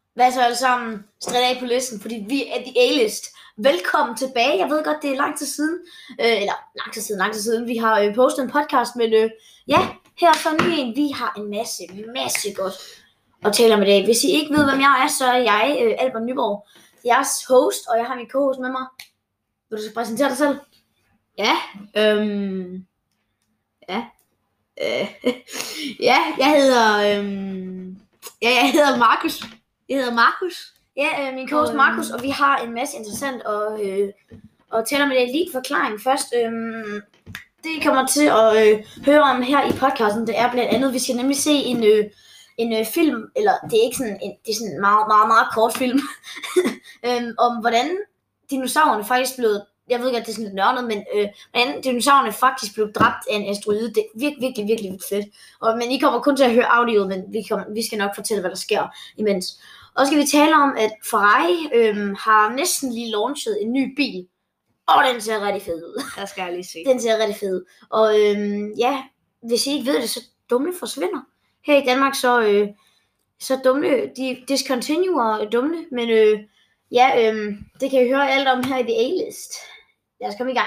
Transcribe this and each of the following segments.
Hvad så alle sammen? Stræt af på listen, fordi vi er The A-list. Velkommen tilbage. Jeg ved godt, det er lang tid siden. Lang tid siden. Vi har postet en podcast, men her er så ny en. Vi har en masse godt at tale om i dag. Hvis I ikke ved, hvem jeg er, så er jeg Albert Nyborg. Jeres host, og jeg har min co-host med mig. Vil du så præsentere dig selv? Ja, jeg hedder Markus. Ja, min co-host Markus, og vi har en masse interessant at tale om i dag. Lige forklaring først. Det kommer til at høre om her i podcasten. Det er blandt andet, vi skal nemlig se en film, eller det er ikke sådan det er sådan en meget kort film, om hvordan dinosaurerne faktisk blev, jeg ved godt, det er sådan lidt nørdet, men hvordan dinosaurerne faktisk blev dræbt af en asteroide. Det er virkelig fedt. Men I kommer kun til at høre audioet, men vi skal nok fortælle, hvad der sker imens. Og så skal vi tale om, at Ferrari har næsten lige launchet en ny bil. Og den ser rigtig fed ud. Der skal jeg lige se. Den ser rigtig fed ud. Og hvis I ikke ved det, så Dumle forsvinder. Her i Danmark, så Dumle, de discontinuer Dumle. Men det kan I høre alt om her i The A-list. Lad os komme i gang.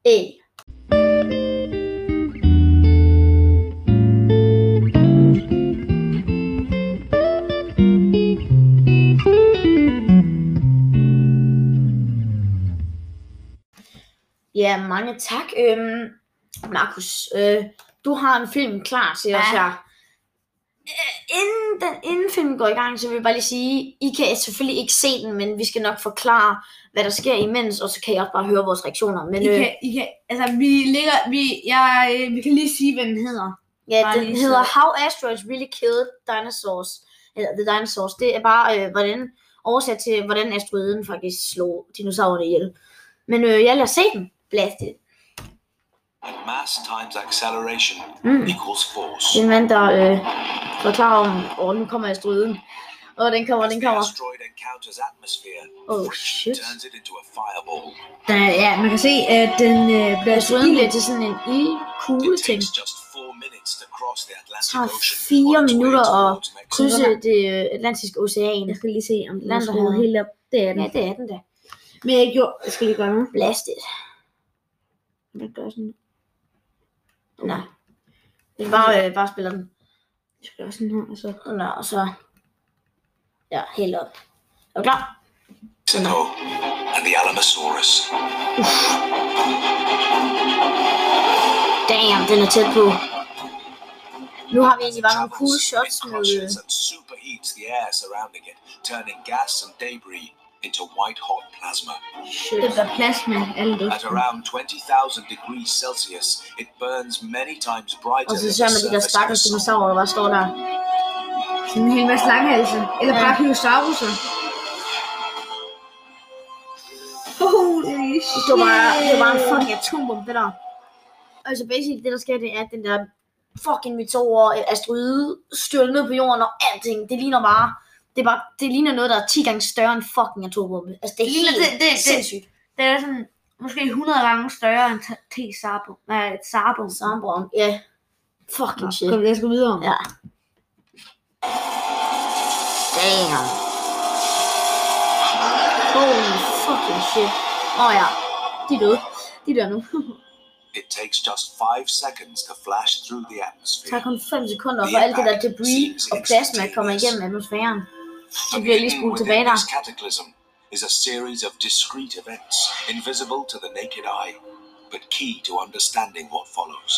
Ja, mange tak. Markus, du har en film klar til os her. Inden filmen går i gang, så vil jeg bare lige sige, I kan selvfølgelig ikke se den, men vi skal nok forklare, hvad der sker imens, og så kan I også bare høre vores reaktioner. Men, vi kan lige sige, hvad den hedder. Ja, den hedder How Asteroids Really Killed Dinosaurs. Eller The Dinosaurs. Det er bare oversat til, hvordan asteroiden faktisk slog dinosaurerne ihjel. Men lad os se den. Blast it. Mass times acceleration equals force. Det er en mand, der forklarer om, nu kommer asteroiden. Og den kommer. Asteroid encounters atmosphere. Oh shit. Turns it into a fireball. Man kan se, at den asteroiden bliver til sådan en ildkugle ting. It takes just 4 minutes to cross the Atlantic tager Ocean. 4 minutter at krydse det Atlantiske Ocean. Jeg skal lige se, om den er skruet helt op. Det er den. Ja, det er den da. Men jeg skal lige gøre noget. Blast it. Hvad gør sådan? Nej. Det er bare spiller den. Jeg skal gøre sådan her, og så... Og så... Ja, helt op. Er du klar? Mexico and the Alamosaurus. Damn, den er tæt på. Nu har vi egentlig bare nogle cool shots med... and superheats the air surrounding it, turning gas and debris into white hot plasma. Shit. Det er plasma, alt det. At around 20,000 degrees Celsius, it burns many times brighter. Og så ser man de der stakkels dinosaurer, der bare står der. Sådan en hel masse langhalse. Eller bare Pyosauruser. Holy shit. Det var en fucking atombombe, det der. Altså basically, det der sker, det er, at den der fucking meteor, asteroide, styrter ned på jorden og alting. Det ligner bare... Det ligner noget, der er 10 gange større end fucking atombombe. Altså, det er helt sindssygt. Det er sådan, måske 100 gange større end Sarbon, ja. Fucking shit. Kom, lad os gå videre. Ja. Damn. Holy fucking shit. Ja. De dør nu. It takes just 5 seconds to flash through the atmosphere. Det tager kun 5 sekunder, for alt det der debris og plasma kommer igennem atmosfæren. Det bliver lige spurgt tilbage der. This cataclysm is a series of discrete events, invisible to the naked eye, but key to understanding what follows.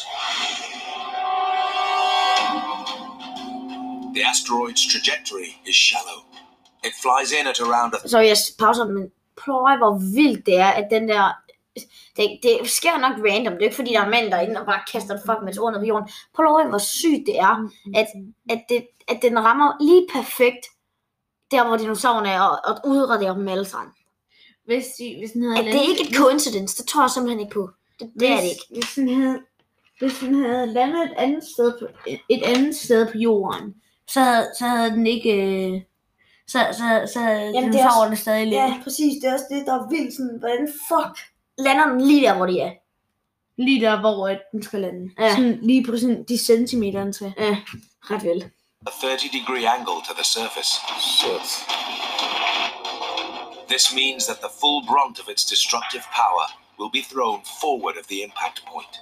The asteroid's trajectory is shallow. It flies in at around Så jeg pauser, men prøv hvor vildt det er, at den der... Det sker nok random, det er ikke fordi der er mænd derinde og bare kaster et fucking meteor ned på jorden. Prøv hvor sygt det er, at den rammer lige perfekt der hvor dinosaurerne er og udraderer dem alle sammen. Hvis den havde det er ikke et coincidence, det tror jeg simpelthen ikke på. Det er det ikke. Hvis den havde landet et andet sted på jorden, så havde den ikke... Så dinosaurerne stadig lidt. Ja, præcis. Det er også det, der er vildt. Sådan, hvordan fuck lander den lige der, hvor de er? Lige der, hvor den skal lande. Ja. Sådan, lige på sådan, de centimeter, den skal. Ja, ret vel. a 30-degree angle to the surface. Shit. This means that the full brunt of its destructive power will be thrown forward of the impact point.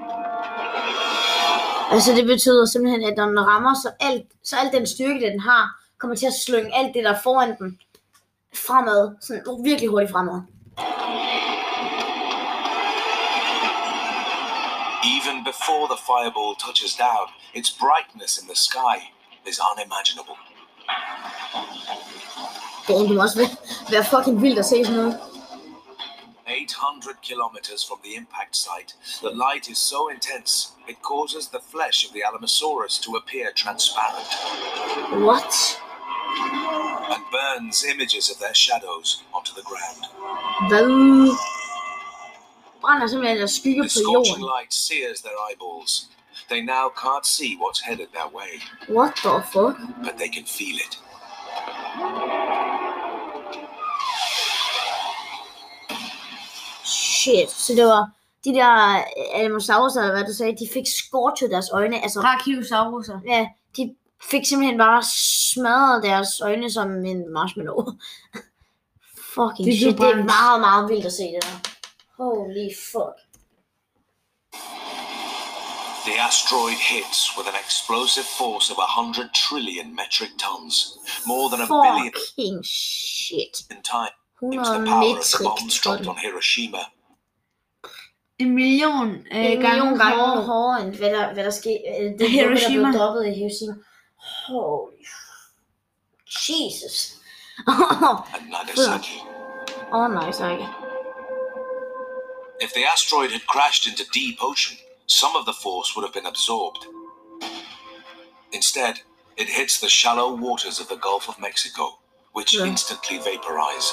Altså det betyder simpelthen, at når den rammer, så alt den styrke, den har, kommer til at slynge alt det, der er foran den, fremad. Sådan virkelig hurtigt fremad. Even before the fireball touches down, its brightness in the sky is unimaginable. Det må også være fucking vildt at se sådan noget. 800 kilometers from the impact site, the light is so intense, it causes the flesh of the Alamosaurus to appear transparent. What? And burns images of their shadows onto the ground. Hvad? Brænder simpelthen der skygge The på jorden. scorching light sears their eyeballs. They now can't see what's headed their way, What the fuck? but they can feel it. Shit. Så det var de der Alamosaurus, eller hvad du sagde, de fik scorchet deres øjne. Altså, Brachiosauruser. ja, de fik simpelthen bare smadret deres øjne som en marshmallow. Fucking Det shit, det brændt. er meget, meget vildt at se det der. Holy fuck. The asteroid hits with an explosive force of 100 trillion metric tons, more than a billion Fucking shit. times 100 the power of the metric bombs dropped ton. on Hiroshima. En million En million gange hårdere end hvad der skete. Det Hiroshima. der blev droppet i Hiroshima. Holy Jesus. And Nagasaki. Nagasaki. If the asteroid had crashed into deep ocean, some of the force would have been absorbed. Instead, it hits the shallow waters of the Gulf of Mexico, which instantly vaporize.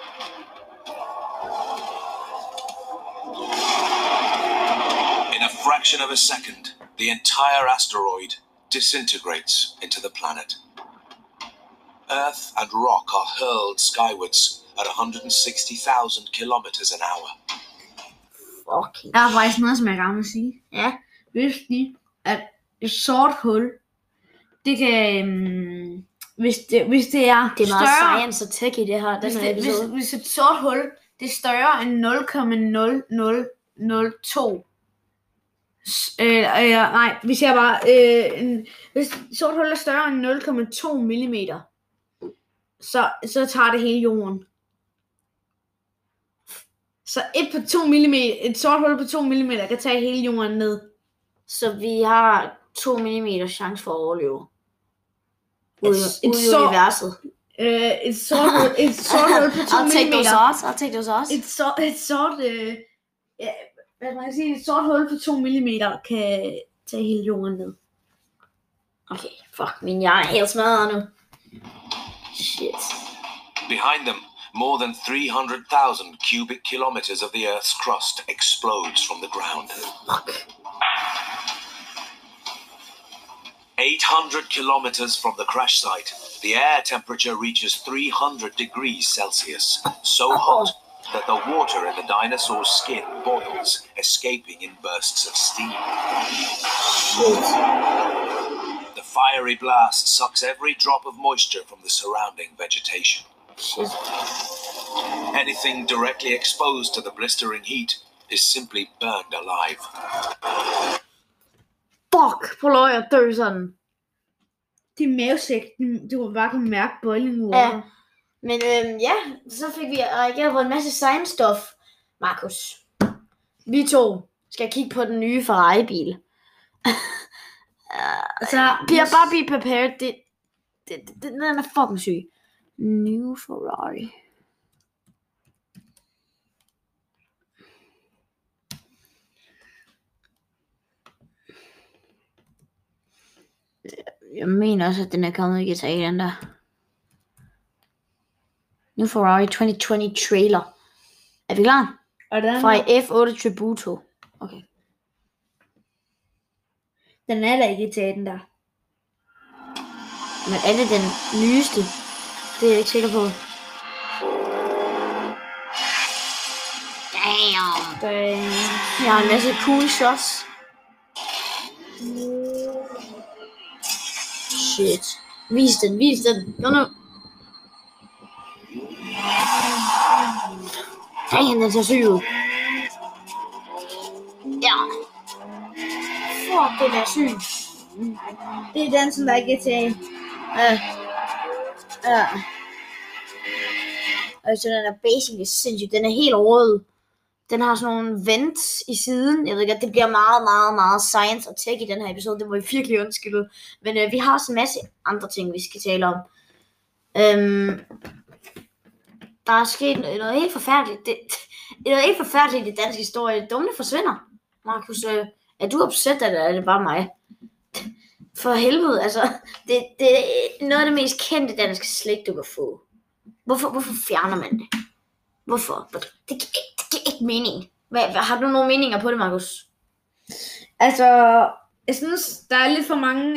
In a fraction of a second, the entire asteroid disintegrates into the planet. Earth and rock are hurled skywards at 160,000 kilometers an hour. Fucking Der er faktisk noget, som jeg gerne vil sige. ja. Vidste I, at et sort hul, det kan, hvis det er Det er meget større, science og tech i det her. Den her episode. hvis et sort hul, det er større end 0,0002. Nej, vi siger bare, hvis et sort hul er større end 0,2 millimeter, så tager det hele jorden. Så et sort hul på 2 mm kan tage hele jorden ned. Så vi har 2 mm chance for at overleve. Ude i universet. Et sort hul på 2 I'll take those mm. odds. I'll take those odds. Et sort hul på 2 mm kan tage hele jorden ned. Okay, fuck, min hjerne er helt smadret nu. Shit. Behind them, more than 300,000 cubic kilometers of the Earth's crust explodes from the ground. Fuck. 800 kilometers from the crash site, the air temperature reaches 300 degrees Celsius, so hot that the water in the dinosaur's skin boils, escaping in bursts of steam. The fiery blast sucks every drop of moisture from the surrounding vegetation. Shit. Anything directly exposed to the blistering heat is simply burned alive. Fuck, prøv lov at dø sådan. Din mavesæk, du bare kan mærke boiling water. Ja. Men ja, så fik vi reageret på en masse science-stof, Markus. Vi to skal kigge på den nye Ferrari-bil. Altså, Bare be prepared. Den er fucking syg. New Ferrari. Jeg mener også, at den er kommet i GTA, den der. New Ferrari 2020 trailer. Er vi klar? Og den, Fra F8 Tributo. Okay. den er der ikke til den der. Men er det den nyeste? Det er jeg ikke sikker på. Damn. Jeg har en masse cool shots. shit. Vis den. Kom nu. Den ser syg ud. Ja. Fuck, den er syg. Det er dansen, der er i GTA. Ja. Altså, den er basically sindssygt. Den er helt rød. Den har sådan nogle vents i siden. Jeg ved ikke, det bliver meget science og tech i den her episode. Det må vi virkelig undskylde. Men vi har også en masse andre ting, vi skal tale om. Der er sket noget helt forfærdeligt. Noget helt forfærdeligt i det danske historie. Dumle forsvinder. Markus, er du opsat, eller er det bare mig? For helvede, altså. Det er noget af det mest kendte danske slik, du kan få. Hvorfor fjerner man det? Hvorfor? Det giver ikke mening. Har du nogle meninger på det, Markus? Altså, jeg synes, der er lidt for mange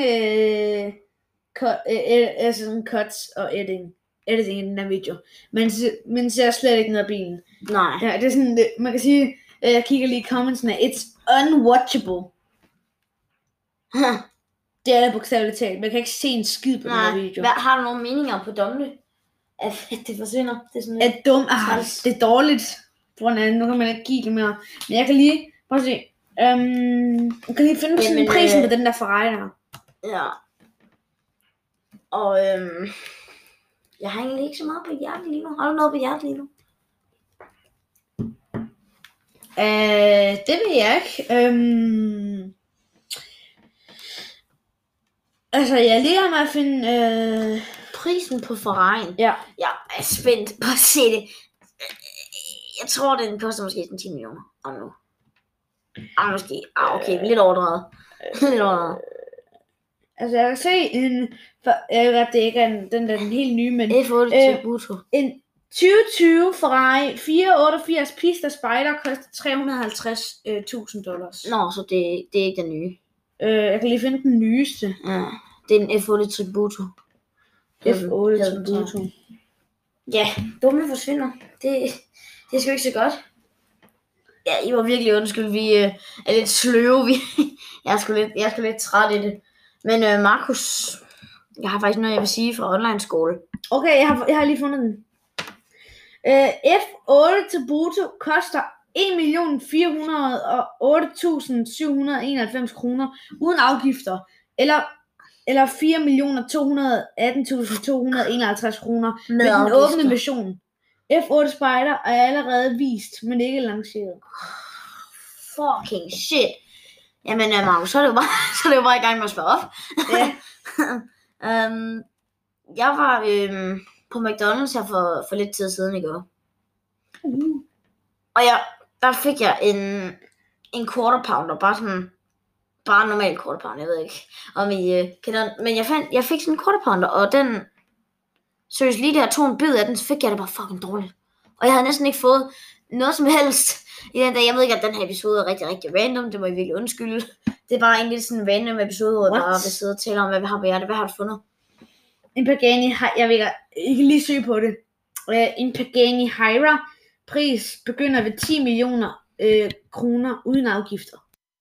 cuts og editing i den her video. Men ser slet ikke noget af bilen. Nej. Ja, det er sådan, man kan sige, jeg kigger lige i commentsene, it's unwatchable. Det er da bogstaveligt talt. Man kan ikke se en skid på den her video. Har du nogle meninger på Dumle? At det forsvinder. Det er sådan lidt... Det er dårligt. Nu kan man ikke give det mere. Men jeg kan lige... Prøv at se. Jeg kan lige finde sådan prisen på den der Ferrari der. Ja. Og jeg har egentlig ikke så meget på hjertet lige nu. Har du noget på hjertet lige nu? Det ved jeg ikke. Altså, jeg ligger med at finde... Prisen på Ferrari'en. Ja. Jeg er spændt på at se det. Jeg tror, den koster måske sådan 10 millioner. Om nu. Måske. Okay. Lidt overdrevet. Altså, jeg kan se det ikke er den helt nye, men... F8 Tributo. En 2020 Ferrari 488 Pista Spider koster $350,000. Nå, så det er ikke den nye. Jeg kan lige finde den nyeste. Ja, det er en F8 Tributo. F8 Tributo. Ja, Dumle forsvinder. Det er sgu ikke så godt. Ja, I var virkelig undskyld. Vi er lidt sløve. Jeg er sgu lidt træt i det. Men Markus, jeg har faktisk noget, jeg vil sige fra online skole. Okay, jeg har lige fundet den. F8 Tributo koster 1.408.791 kroner uden afgifter, eller 4.218.251 kroner med den åbne version. F8 Spider er allerede vist, men ikke lanceret. Fucking shit. Jamen Markus, så er det jo bare i gang med at spørge op. Ja. Jeg var på McDonald's her for lidt tid siden i går. Og der fik jeg en quarter pounder, bare en normal quarter pounder, jeg ved ikke om I kender. Men jeg fik sådan en quarter pounder, og den seriøst lige da jeg tog en bid af den, så fik jeg det bare fucking dårligt. Og jeg havde næsten ikke fået noget som helst i den dag. Jeg ved ikke, at den her episode er rigtig, rigtig random, det må I virkelig undskylde. Det er bare egentlig sådan en random episode, hvor jeg bare vil sidde og tale om, hvad vi har på hjertet. Hvad har du fundet? En Pagani, jeg kan lige søge på det. En Pagani Huayra, pris begynder ved 10 millioner kroner uden afgifter.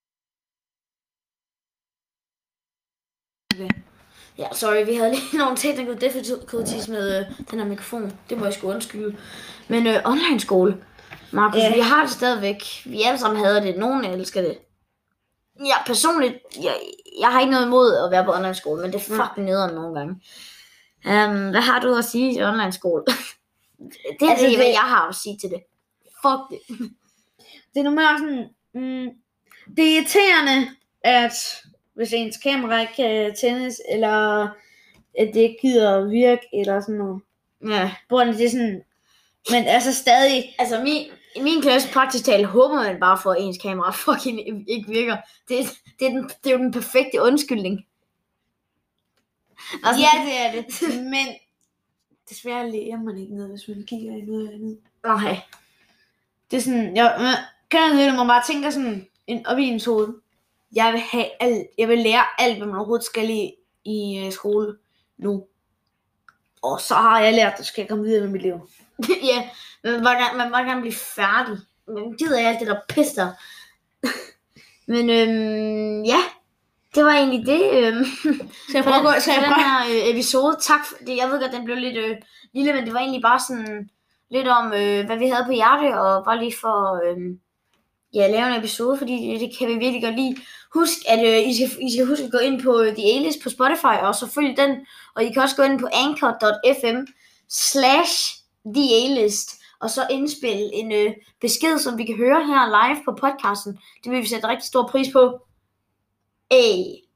Okay. Ja, sorry, vi havde lige nogle technical difficulties med den her mikrofon. Det må jeg sgu undskylde. Men online skole, Markus, vi har det stadigvæk. Vi alle sammen hader det. Nogen elsker det. Ja, personligt, jeg har ikke noget imod at være på online skole, men det er fucking nederen nogle gange. Hvad har du at sige til online skole? Det er hvad jeg har at sige til det. Fuck det. Det er normalt sådan, det er irriterende, at hvis ens kamera ikke kan tændes, eller at det ikke gider virke, eller sådan noget. Ja. Det er sådan, men altså stadig. Altså i min klasse praktisk talt håber man bare for, at ens kamera fucking ikke virker. Det er jo den perfekte undskyldning. Altså, ja, det er det. Men desværre lærer man ikke noget, hvis man kigger i noget andet. Nej. Det er sådan, man bare tænker sådan op i ens hoved. Jeg vil lære alt, hvad man overhovedet skal i skole nu. Og så har jeg lært, at skal jeg komme videre med mit liv. Ja, man må bare gerne blive færdig. Man gider alt det der pister. Men ja, det var egentlig det. Så jeg prøver at den her episode. Tak for det. Jeg ved godt, den blev lidt lille, men det var egentlig bare sådan lidt om, hvad vi havde på hjerte, og bare lige for lave en episode, fordi det kan vi virkelig godt lide. Husk, at I skal huske at gå ind på The A-List på Spotify, og så følg den, og I kan også gå ind på anchor.fm/The A-List, og så indspille en besked, som vi kan høre her live på podcasten. Det vil vi sætte rigtig stor pris på.